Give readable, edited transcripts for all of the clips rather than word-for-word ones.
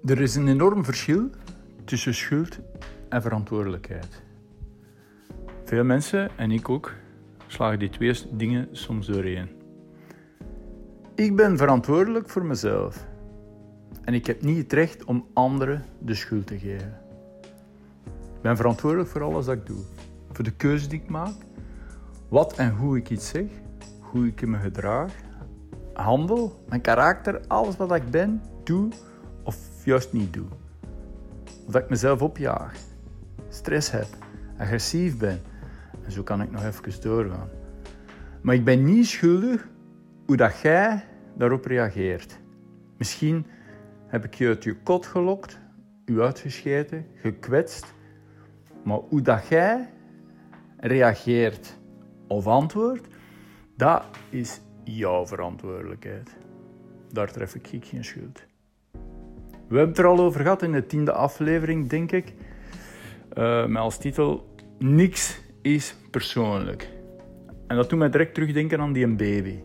Er is een enorm verschil tussen schuld en verantwoordelijkheid. Veel mensen, en ik ook, slagen die twee dingen soms doorheen. Ik ben verantwoordelijk voor mezelf. En ik heb niet het recht om anderen de schuld te geven. Ik ben verantwoordelijk voor alles dat ik doe. Voor de keuze die ik maak. Wat en hoe ik iets zeg. Hoe ik me gedraag. Handel, mijn karakter, alles wat ik ben, doe of juist niet doe. Of dat ik mezelf opjaag. Stress heb. Agressief ben. En zo kan ik nog even doorgaan. Maar ik ben niet schuldig hoe dat jij daarop reageert. Misschien heb ik je uit je kot gelokt, je uitgescheten, gekwetst. Maar hoe dat jij reageert of antwoordt, dat is jouw verantwoordelijkheid. Daar tref ik geen schuld. We hebben het er al over gehad in de 10e aflevering, denk ik. Met als titel Niks is persoonlijk. En dat doet mij direct terugdenken aan die baby.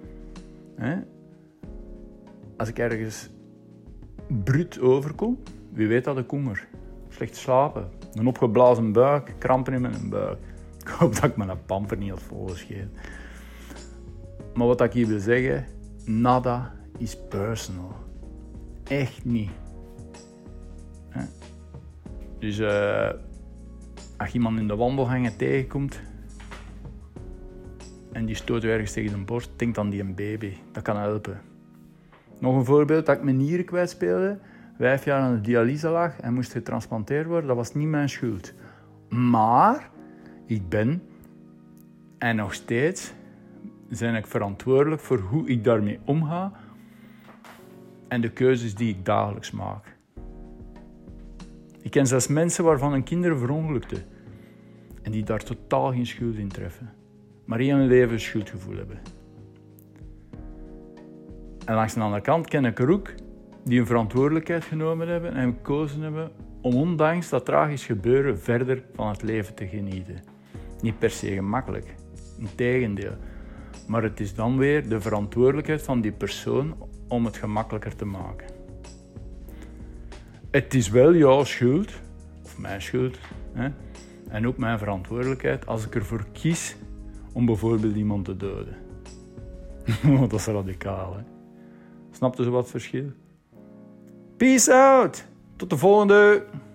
Als ik ergens bruut overkom, wie weet dat ik honger. Slecht slapen, een opgeblazen buik, krampen in mijn buik. Ik hoop dat ik mijn pamper niet had volgescheten. Maar wat ik hier wil zeggen, nada is personal. Echt niet. Dus als je iemand in de wandelgangen tegenkomt en die stoot je ergens tegen de borst, denk aan die baby. Dat kan helpen. Nog een voorbeeld, dat ik mijn nieren kwijtspeelde, 5 jaar aan de dialyse lag en moest getransplanteerd worden, dat was niet mijn schuld. Maar ik ben, en nog steeds, ben ik verantwoordelijk voor hoe ik daarmee omga en de keuzes die ik dagelijks maak. Ik ken zelfs mensen waarvan hun kinderen verongelukten en die daar totaal geen schuld in treffen, maar in hun leven een schuldgevoel hebben. En langs de andere kant ken ik er ook die een verantwoordelijkheid genomen hebben en gekozen hebben om ondanks dat tragisch gebeuren verder van het leven te genieten. Niet per se gemakkelijk, integendeel. Maar het is dan weer de verantwoordelijkheid van die persoon om het gemakkelijker te maken. Het is wel jouw schuld, of mijn schuld, en ook mijn verantwoordelijkheid als ik ervoor kies om bijvoorbeeld iemand te doden. Dat is radicaal, hè? Snap je zo wat verschil? Peace out! Tot de volgende!